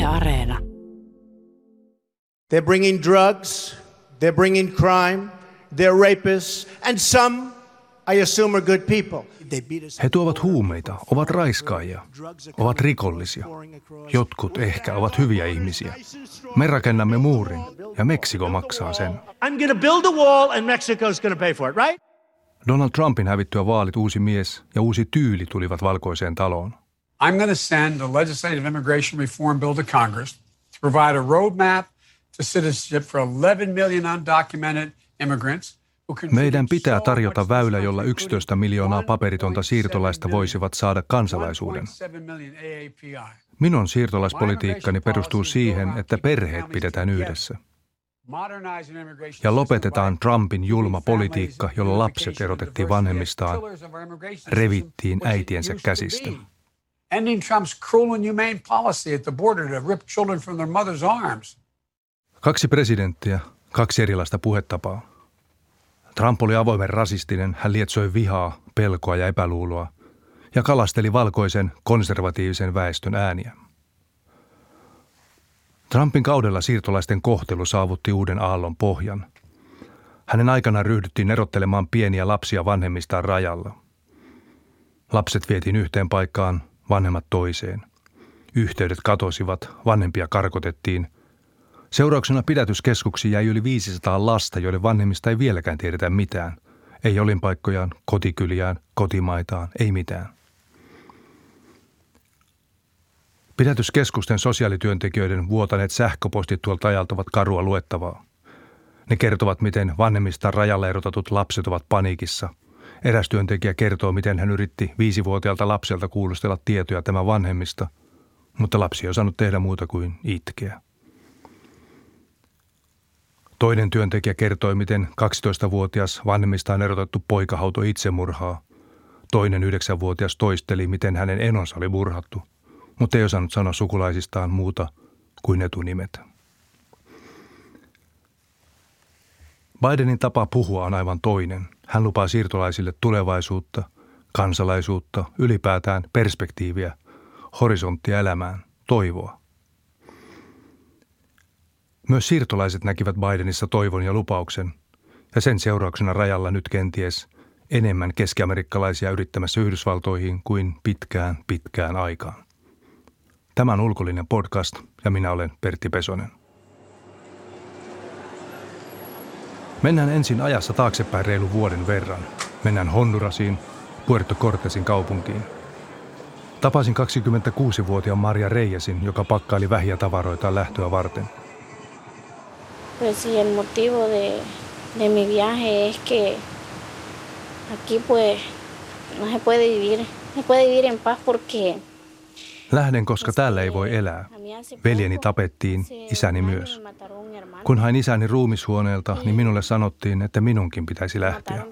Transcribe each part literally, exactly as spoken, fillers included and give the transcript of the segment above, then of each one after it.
Areena. They're bringing drugs, they're bringing crime, they're rapists, and some, I assume, are good people. He tuovat huumeita, ovat raiskaajia, ovat rikollisia. Jotkut ehkä ovat hyviä ihmisiä. Me rakennamme muurin ja Meksiko maksaa sen. I'm going to build a wall and Mexico's going to pay for it, right? Donald Trumpin hävittyä vaalit uusi mies ja uusi tyyli tulivat valkoiseen taloon. I'm going to send a legislative immigration reform bill to Congress to provide a roadmap to citizenship for eleven million undocumented immigrants. Meidän pitää tarjota väylä, jolla yksitoista miljoonaa paperitonta siirtolaista voisivat saada kansalaisuuden. Minun siirtolaispolitiikkani perustuu siihen, että perheet pidetään yhdessä. Ja lopetetaan Trumpin julma politiikka, jolla lapset erotettiin vanhemmistaan, revittiin äitiensä käsistä. Ending Trump's cruel and humane policy at the border to rip children from their mother's arms. Kaksi presidenttiä, kaksi erilaista puhetapaa. Trump oli avoimen rasistinen, hän lietsoi vihaa, pelkoa ja epäluuloa ja kalasteli valkoisen konservatiivisen väestön ääniä. Trumpin kaudella siirtolaisten kohtelu saavutti uuden aallon pohjan. Hänen aikanaan ryhdyttiin erottelemaan pieniä lapsia vanhemmistaan rajalla. Lapset vietiin yhteen paikkaan, vanhemmat toiseen. Yhteydet katosivat, vanhempia karkotettiin. Seurauksena pidätyskeskuksiin jäi yli viisisataa lasta, joiden vanhemmista ei vieläkään tiedetä mitään. Ei olinpaikkojaan, kotikyliään, kotimaitaan, ei mitään. Pidätyskeskusten sosiaalityöntekijöiden vuotaneet sähköpostit tuolta ajalta ovat karua luettavaa. Ne kertovat, miten vanhemmista rajalla erotatut lapset ovat paniikissa. Eräs työntekijä kertoo, miten hän yritti viisivuotiaalta lapselta kuulustella tietoja tämän vanhemmista, mutta lapsi ei osannut tehdä muuta kuin itkeä. Toinen työntekijä kertoi, miten kaksitoistavuotias vanhemmistaan erotettu poika hautoi itsemurhaa. Toinen yhdeksänvuotias toisteli, miten hänen enonsa oli murhattu, mutta ei osannut sanoa sukulaisistaan muuta kuin etunimet. Bidenin tapa puhua on aivan toinen. Hän lupaa siirtolaisille tulevaisuutta, kansalaisuutta, ylipäätään perspektiiviä, horisonttia elämään, toivoa. Myös siirtolaiset näkivät Bidenissa toivon ja lupauksen, ja sen seurauksena rajalla nyt kenties enemmän keskiamerikkalaisia yrittämässä Yhdysvaltoihin kuin pitkään, pitkään aikaan. Tämä on Ulkolinjan podcast, ja minä olen Pertti Pesonen. Mennään ensin ajassa taaksepäin reilu vuoden verran. Mennään Hondurasiin, Puerto Cortesin kaupunkiin. Tapasin kaksikymmentäkuusivuotiaan Maria Reyesin, joka pakkaili vähiä tavaroitaan lähtöä varten. Pues sí, el motivo de, de mi viaje es que aquí pues no se puede vivir, no se puede vivir en paz porque... Lähden, koska täällä ei voi elää. Veljeni tapettiin, isäni myös. Kun hain isäni ruumishuoneelta, niin minulle sanottiin, että minunkin pitäisi lähteä.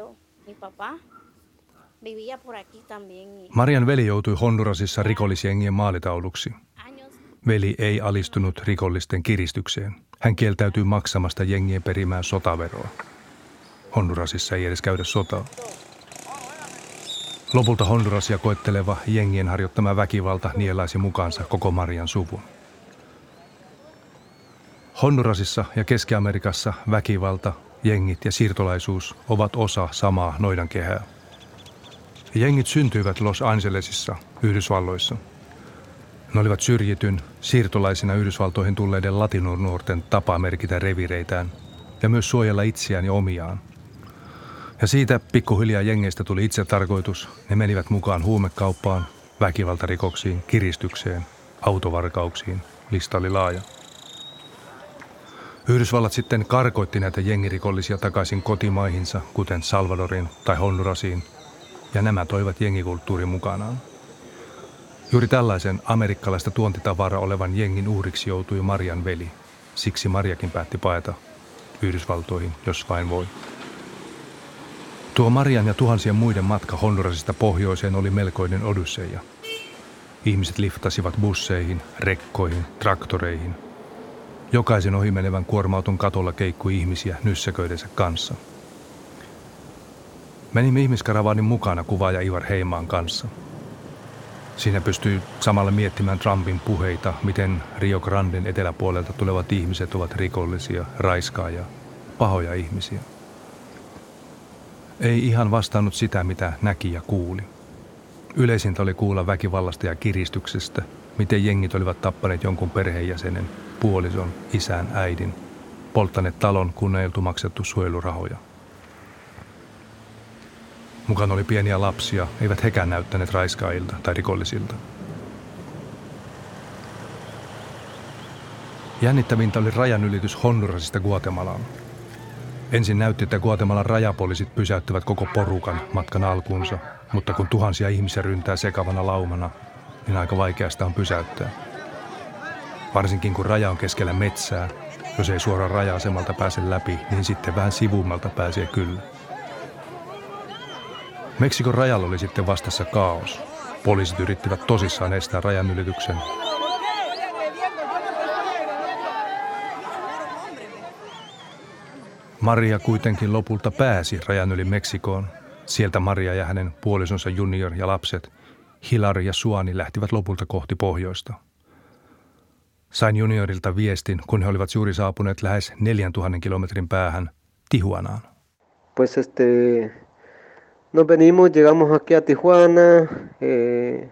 Marian veli joutui Hondurasissa rikollisjengien maalitauluksi. Veli ei alistunut rikollisten kiristykseen. Hän kieltäytyi maksamasta jengien perimään sotaveroa. Hondurasissa ei edes käydä sotaa. Lopulta Hondurasia koetteleva jengien harjoittama väkivalta nielaisi mukaansa koko Marian suvun. Hondurasissa ja Keski-Amerikassa väkivalta, jengit ja siirtolaisuus ovat osa samaa noidankehää. Jengit syntyivät Los Angelesissa, Yhdysvalloissa. Ne olivat syrjityn, siirtolaisina Yhdysvaltoihin tulleiden latinonuorten tapa merkitä revireitään ja myös suojella itseään ja omiaan. Ja siitä pikkuhiljaa jengeistä tuli itse tarkoitus. Ne menivät mukaan huumekauppaan, väkivaltarikoksiin, kiristykseen, autovarkauksiin. Lista oli laaja. Yhdysvallat sitten karkoitti näitä jengirikollisia takaisin kotimaihinsa, kuten Salvadoriin tai Hondurasiin, ja nämä toivat jengikulttuurin mukanaan. Juuri tällaisen amerikkalaista tuontitavaraa olevan jengin uhriksi joutui Marian veli. Siksi Mariakin päätti paeta Yhdysvaltoihin, jos vain voi. Tuo Marian ja tuhansien muiden matka Hondurasista pohjoiseen oli melkoinen odysseija. Ihmiset liftasivat busseihin, rekkoihin, traktoreihin. Jokaisen ohimenevän kuorma-auton katolla keikkui ihmisiä nyssäköidensä kanssa. Menimme ihmiskaravaanin mukana kuvaaja Ivar Heimaan kanssa. Siinä pystyy samalla miettimään Trumpin puheita, miten Rio Granden eteläpuolelta tulevat ihmiset ovat rikollisia, raiskaajia, pahoja ihmisiä. Ei ihan vastannut sitä, mitä näki ja kuuli. Yleisintä oli kuulla väkivallasta ja kiristyksestä, miten jengit olivat tappaneet jonkun perheenjäsenen, puolison, isän, äidin, polttaneet talon, kun ei oltu maksettu suojelurahoja. Mukana oli pieniä lapsia, eivät hekään näyttäneet raiskaajilta tai rikollisilta. Jännittävintä oli rajanylitys Hondurasista Guatemalaan. Ensin näytti, että Guatemalan rajapoliisit pysäyttävät koko porukan matkan alkuunsa, mutta kun tuhansia ihmisiä ryntää sekavana laumana, niin aika vaikeasta on pysäyttää. Varsinkin kun raja on keskellä metsää, jos ei suoraan raja-asemalta pääse läpi, niin sitten vähän sivummalta pääsee kyllä. Meksikon rajalla oli sitten vastassa kaos. Poliisit yrittivät tosissaan estää rajanylityksen. Maria kuitenkin lopulta pääsi rajan yli Meksikoon. Sieltä Maria ja hänen puolisonsa Junior ja lapset, Hilary ja Suani, lähtivät lopulta kohti pohjoista. Sain Juniorilta viestin, kun he olivat juuri saapuneet lähes neljäntuhannen kilometrin päähän Tijuanaan. Pues este, nos venimos, llegamos aquí a Tijuana eh,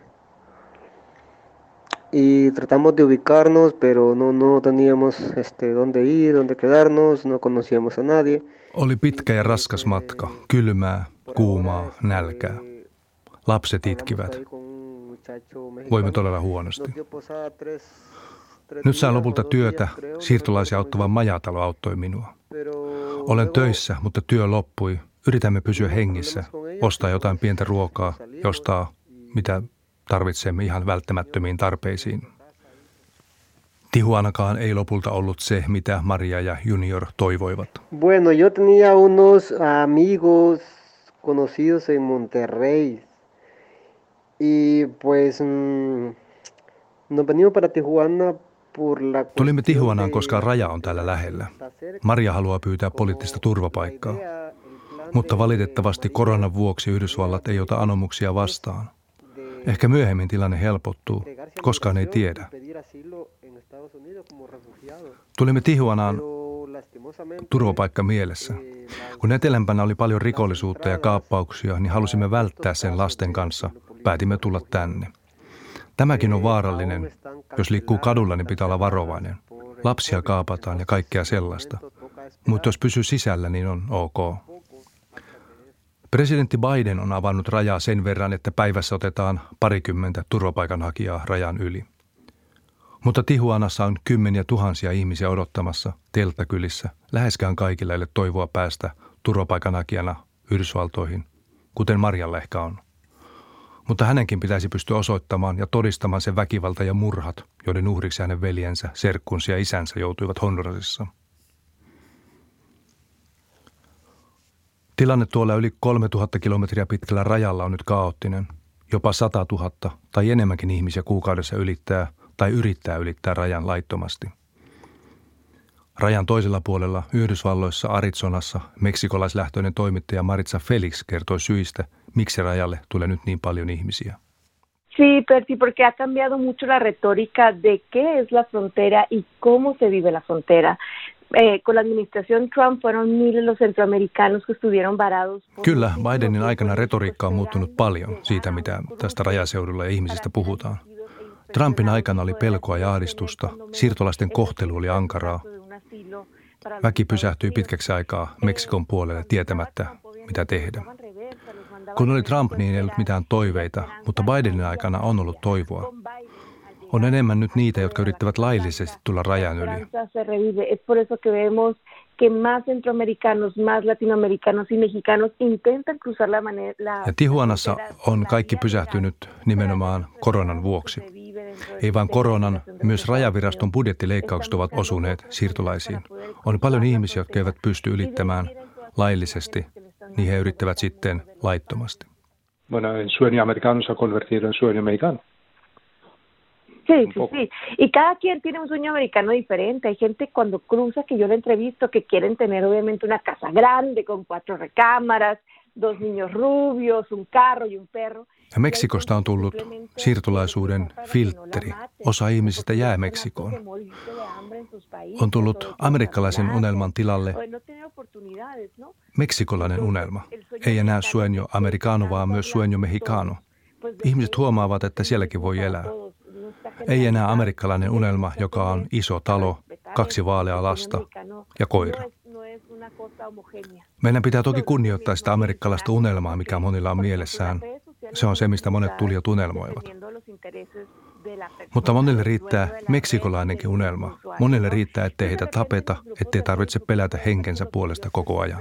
y tratamos de ubicarnos, pero no, no teníamos este, dónde ir, dónde quedarnos, no conocíamos a nadie. Oli pitkä ja raskas matka, kylmää, kuumaa, nälkää. Lapset itkivät. Voimme todella huonosti. Nyt saan lopulta työtä, siirtolaisia auttava majatalo auttoi minua. Olen töissä, mutta työ loppui. Yritämme pysyä hengissä, ostaa jotain pientä ruokaa ja ostaa mitä tarvitsemme ihan välttämättömiin tarpeisiin. Tijuanakaan ei lopulta ollut se, mitä Maria ja Junior toivoivat. Bueno, yo tenía unos amigos conocidos en Monterrey. Y pues mm, nos venimos para Tijuana por la... Tulimme Tijuanaan, koska raja on täällä lähellä. Maria haluaa pyytää poliittista turvapaikkaa. Mutta valitettavasti koronan vuoksi Yhdysvallat ei ota anomuksia vastaan. Ehkä myöhemmin tilanne helpottuu, koskaan ei tiedä. Tulimme Tijuanaan turvapaikka mielessä. Kun etelämpänä oli paljon rikollisuutta ja kaappauksia, niin halusimme välttää sen lasten kanssa. Päätimme tulla tänne. Tämäkin on vaarallinen. Jos liikkuu kadulla, niin pitää olla varovainen. Lapsia kaapataan ja kaikkea sellaista. Mutta jos pysyy sisällä, niin on ok. Presidentti Biden on avannut rajaa sen verran, että päivässä otetaan parikymmentä turvapaikanhakijaa rajan yli. Mutta Tijuanassa on kymmeniä tuhansia ihmisiä odottamassa telttakylissä. Läheskään kaikilla ei ole toivoa päästä turvapaikanhakijana Yhdysvaltoihin, kuten Marjalla ehkä on. Mutta hänenkin pitäisi pystyä osoittamaan ja todistamaan se väkivalta ja murhat, joiden uhriksi hänen veljensä, serkkunsa ja isänsä joutuivat Hondurasissa. Tilanne tuolla yli kolmetuhatta kilometriä pitkällä rajalla on nyt kaoottinen. Jopa sata tuhatta tai enemmänkin ihmisiä kuukaudessa ylittää tai yrittää ylittää rajan laittomasti. Rajan toisella puolella Yhdysvalloissa Arizonassa meksikolaislähtöinen toimittaja Maritza Felix kertoi syistä, miksi rajalle tulee nyt niin paljon ihmisiä. Sí, Percy, porque ha cambiado mucho la retórica de qué es la frontera y cómo se vive la frontera. Eh, con la administración Trump fueron miles los centroamericanos que estuvieron varados. Kyllä, Bidenin aikana retoriikka on muuttunut paljon siitä, mitä tästä rajaseudulla ja ihmisistä puhutaan. Trumpin aikana oli pelkoa ja ahdistusta, siirtolaisten kohtelu oli ankaraa. Väki pysähtyi pitkäksi aikaa Meksikon puolelle tietämättä, mitä tehdä. Kun oli Trump, niin ei ollut mitään toiveita, mutta Bidenin aikana on ollut toivoa. On enemmän nyt niitä, jotka yrittävät laillisesti tulla rajan yli. Ja Tijuanassa on kaikki pysähtynyt nimenomaan koronan vuoksi. Ei vain koronan, myös rajaviraston budjettileikkaukset ovat osuneet siirtolaisiin. On paljon ihmisiä, jotka eivät pysty ylittämään laillisesti, niin he yrittävät sitten laittomasti. Bueno, el sueño americano se ha convertido en sueño mexicano. Sí, sí, sí. Y cada quien tiene un sueño americano diferente. Hay gente cuando cruza, que yo le entrevisto, que quieren tener obviamente una casa grande con cuatro recámaras, dos niños rubios, un carro y un perro. Ja Meksikosta on tullut siirtolaisuuden filtteri. Osa ihmisistä jää Meksikoon. On tullut amerikkalaisen unelman tilalle meksikolainen unelma. Ei enää sueño americano, vaan myös sueño mexicano. Ihmiset huomaavat, että sielläkin voi elää. Ei enää amerikkalainen unelma, joka on iso talo, kaksi vaaleaa lasta ja koira. Meidän pitää toki kunnioittaa sitä amerikkalaista unelmaa, mikä monilla on mielessään. Se on se, mistä monet tulijat unelmoivat. Mutta monille riittää meksikolainenkin unelma. Monille riittää, ettei heitä tapeta, ettei tarvitse pelätä henkensä puolesta koko ajan.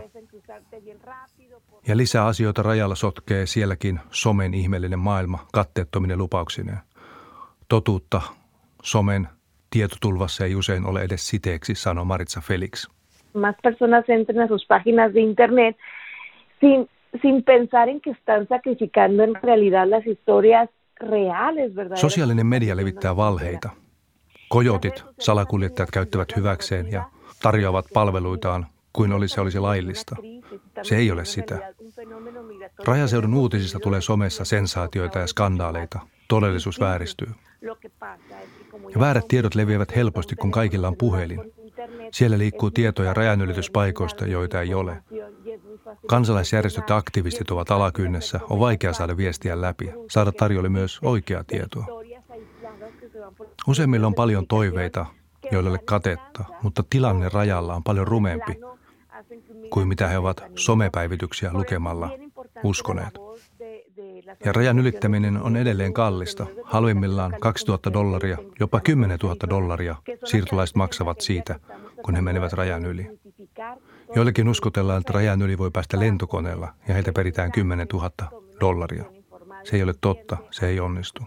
Ja lisää asioita rajalla sotkee sielläkin somen ihmeellinen maailma katteettomine lupauksineen. Totuutta somen tietotulvassa ei usein ole edes siteeksi, sanoo Maritza Felix. Más personas entran a sus páginas de internet sin, sin pensar en que están sacrificando en realidad las historias reales, ¿verdad? Sosiaalinen media levittää valheita. Kojotit, salakuljettajat käyttävät hyväkseen ja tarjoavat palveluitaan kuin olisi se olisi laillista. Se ei ole sitä. Rajaseudun uutisista tulee somessa sensaatioita ja skandaaleita. Todellisuus vääristyy. Ja väärät tiedot leviävät helposti, kun kaikilla on puhelin. Siellä liikkuu tietoja rajanylityspaikoista, joita ei ole. Kansalaisjärjestöt ja aktivistit ovat alakynnessä. On vaikea saada viestiä läpi, saada tarjolle myös oikeaa tietoa. Useimmilla on paljon toiveita, joille ei ole katetta, mutta tilanne rajalla on paljon rumempi kuin mitä he ovat somepäivityksiä lukemalla uskoneet. Ja rajan ylittäminen on edelleen kallista. Halvimmillaan kaksituhatta dollaria, jopa kymmenentuhatta dollaria siirtolaiset maksavat siitä, kun he menevät rajan yli. Joillekin uskotellaan, että rajan yli voi päästä lentokoneella ja heiltä peritään kymmenentuhatta dollaria. Se ei ole totta, se ei onnistu.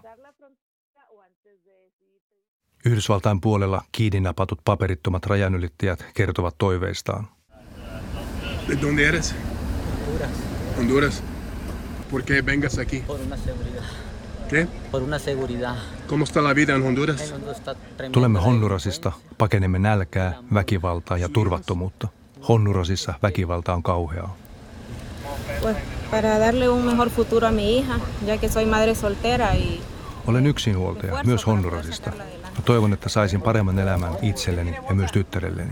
Yhdysvaltain puolella kiinninapatut paperittomat rajanylittäjät kertovat toiveistaan. ¿De dónde eres? Honduras. Honduras. ¿Por qué vengas aquí? Por una seguridad. ¿Qué? Por una seguridad. ¿Cómo está la vida en Honduras? En Honduras está tremenda. Tulemme Hondurasista, pakenemme nälkää, väkivaltaa ja turvattomuutta. Hondurasissa väkivalta on kauheaa. Pues para darle un mejor futuro a mi hija, ya que soy madre soltera y Olen yksinhuoltaja, myös Hondurasista. Toivon, että saisin paremman elämän itselleni ja myös tyttärelleni.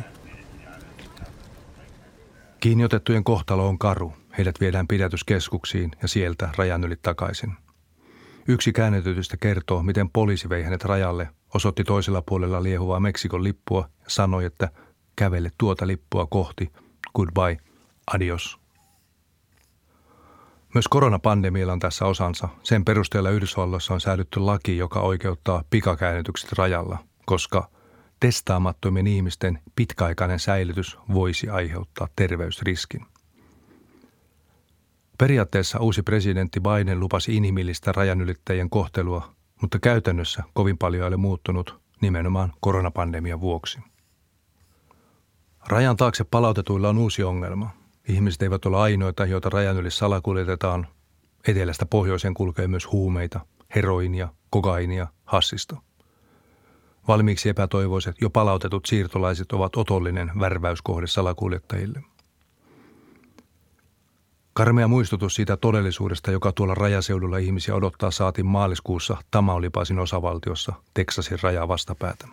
Kiinniotettujen kohtalo on karu. Heidät viedään pidätyskeskuksiin ja sieltä rajan yli takaisin. Yksi käännetytystä kertoo, miten poliisi vei hänet rajalle, osoitti toisella puolella liehuvaa Meksikon lippua ja sanoi, että kävele tuota lippua kohti. Goodbye, adios. Myös koronapandemialla on tässä osansa. Sen perusteella Yhdysvalloissa on säädetty laki, joka oikeuttaa pikakäännytykset rajalla, koska testaamattomien ihmisten pitkäaikainen säilytys voisi aiheuttaa terveysriskin. Periaatteessa uusi presidentti Biden lupasi inhimillistä rajanylittäjien kohtelua, mutta käytännössä kovin paljon ei ole muuttunut nimenomaan koronapandemian vuoksi. Rajan taakse palautetuilla on uusi ongelma. Ihmiset eivät ole ainoita, joita rajan yli salakuljetetaan. Etelästä pohjoiseen kulkee myös huumeita, heroinia, kokainia, hassista. Valmiiksi epätoivoiset, jo palautetut siirtolaiset ovat otollinen värväyskohde salakuljettajille. Karmea muistutus siitä todellisuudesta, joka tuolla rajaseudulla ihmisiä odottaa, saatiin maaliskuussa Tamaulipasin osavaltiossa Teksasin rajaa vastapäätä.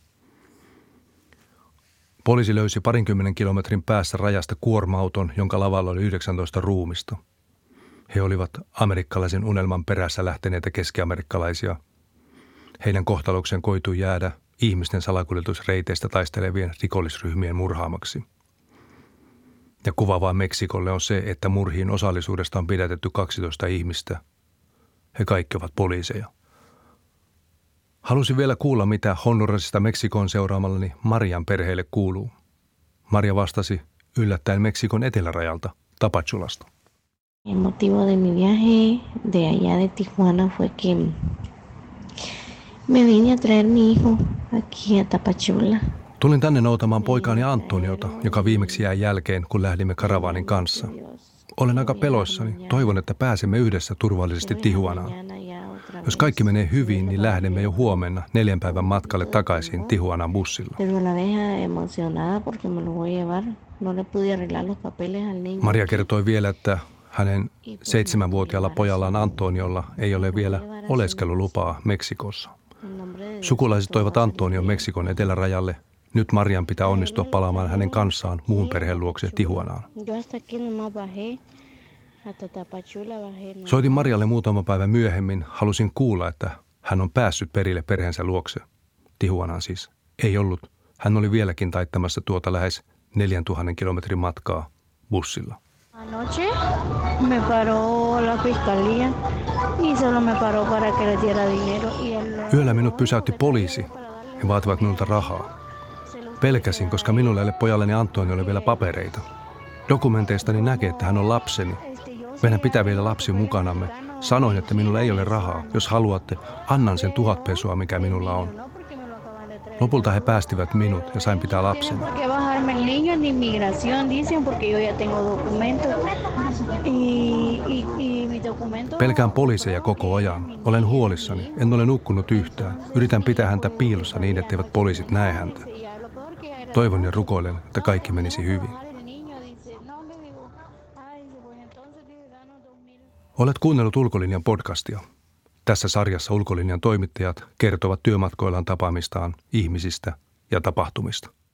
Poliisi löysi parinkymmenen kilometrin päässä rajasta kuorma-auton, jonka lavalla oli yhdeksäntoista ruumista. He olivat amerikkalaisen unelman perässä lähteneitä keski-amerikkalaisia. Heidän kohtaloksen koitui jäädä ihmisten salakuljetusreiteistä taistelevien rikollisryhmien murhaamaksi. Ja kuvaavaa Meksikolle on se, että murhiin osallisuudesta on pidätetty kaksitoista ihmistä. He kaikki ovat poliiseja. Halusin vielä kuulla, mitä Hondurasista Meksikoon seuraamallani Marian perheelle kuuluu. Maria vastasi yllättäen Meksikon etelärajalta, Tapachulasta. El motivo de mi viaje de allá de Tijuana fue que me vine a traer mi hijo aquí a Tapachula. Tulin tänne noutamaan poikaani Antoniota, joka viimeksi jäi jälkeen, kun lähdimme karavaanin kanssa. Olen aika peloissani. Toivon, että pääsemme yhdessä turvallisesti Tijuanaan. Jos kaikki menee hyvin, niin lähdemme jo huomenna neljän päivän matkalle takaisin Tijuanan bussilla. Maria kertoi vielä, että hänen seitsemänvuotiaalla pojallaan Antoniolla ei ole vielä oleskelulupaa Meksikossa. Sukulaiset toivat Antonion Meksikon etelärajalle. Nyt Marian pitää onnistua palaamaan hänen kanssaan muun perheen luokse Tijuanaan. Soitin Marialle muutama päivä myöhemmin. Halusin kuulla, että hän on päässyt perille perheensä luokse. Tijuanaan siis. Ei ollut. Hän oli vieläkin taittamassa tuota lähes neljäntuhannen kilometrin matkaa bussilla. Anoche me paró la fiscalía y solo me paró para que le diera dinero y el... Yöllä minut pysäytti poliisi. He vaativat minulta rahaa. Pelkäsin, koska minulla ei ole pojalleni Antoniolle vielä papereita. Dokumenteistani näkee, että hän on lapseni. Meidän pitää viedä lapsi mukanamme. Sanoin, että minulla ei ole rahaa. Jos haluatte, annan sen tuhat pesua, mikä minulla on. Lopulta he päästivät minut ja sain pitää lapseni. Pelkään poliiseja koko ajan. Olen huolissani. En ole nukkunut yhtään. Yritän pitää häntä piilossa niin, etteivät poliisit näe häntä. Toivon ja rukoilen, että kaikki menisi hyvin. Olet kuunnellut Ulkolinjan podcastia. Tässä sarjassa Ulkolinjan toimittajat kertovat työmatkoillaan tapaamistaan ihmisistä ja tapahtumista.